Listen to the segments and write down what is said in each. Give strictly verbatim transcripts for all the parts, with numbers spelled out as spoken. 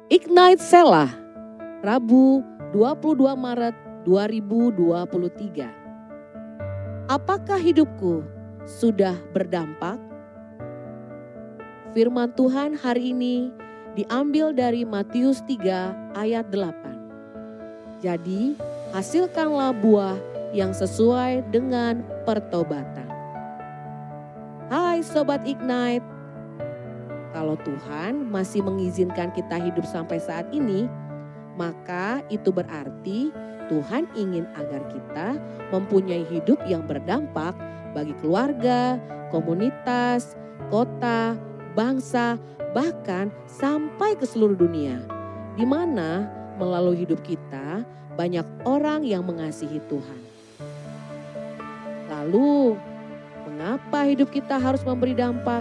Ignite Selah, Rabu dua puluh dua Maret dua ribu dua puluh tiga. Apakah hidupku sudah berdampak? Firman Tuhan hari ini diambil dari Matius tiga ayat delapan. Jadi hasilkanlah buah yang sesuai dengan pertobatan. Hai Sobat Ignite, kalau Tuhan masih mengizinkan kita hidup sampai saat ini, maka itu berarti Tuhan ingin agar kita mempunyai hidup yang berdampak bagi keluarga, komunitas, kota, bangsa, bahkan sampai ke seluruh dunia. Di mana melalui hidup kita banyak orang yang mengasihi Tuhan. Lalu, mengapa hidup kita harus memberi dampak?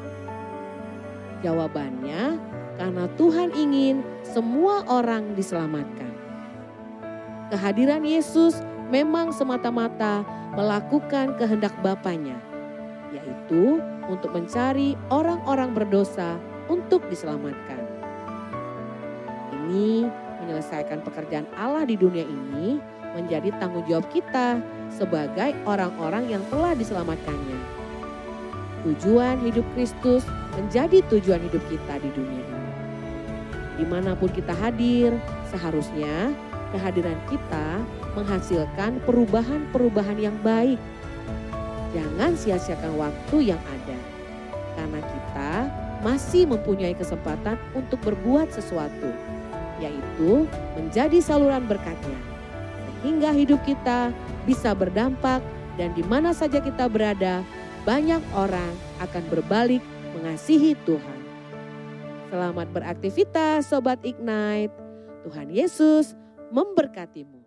Jawabannya, karena Tuhan ingin semua orang diselamatkan. Kehadiran Yesus memang semata-mata melakukan kehendak Bapanya, yaitu untuk mencari orang-orang berdosa untuk diselamatkan. Ini menyelesaikan pekerjaan Allah di dunia ini menjadi tanggung jawab kita sebagai orang-orang yang telah diselamatkannya. Tujuan hidup Kristus menjadi tujuan hidup kita di dunia ini. Dimanapun kita hadir, seharusnya kehadiran kita menghasilkan perubahan-perubahan yang baik. Jangan sia-siakan waktu yang ada, karena kita masih mempunyai kesempatan untuk berbuat sesuatu, yaitu menjadi saluran berkat-Nya, sehingga hidup kita bisa berdampak dan di mana saja kita berada, banyak orang akan berbalik mengasihi Tuhan. Selamat beraktivitas Sobat Ignite. Tuhan Yesus memberkatimu.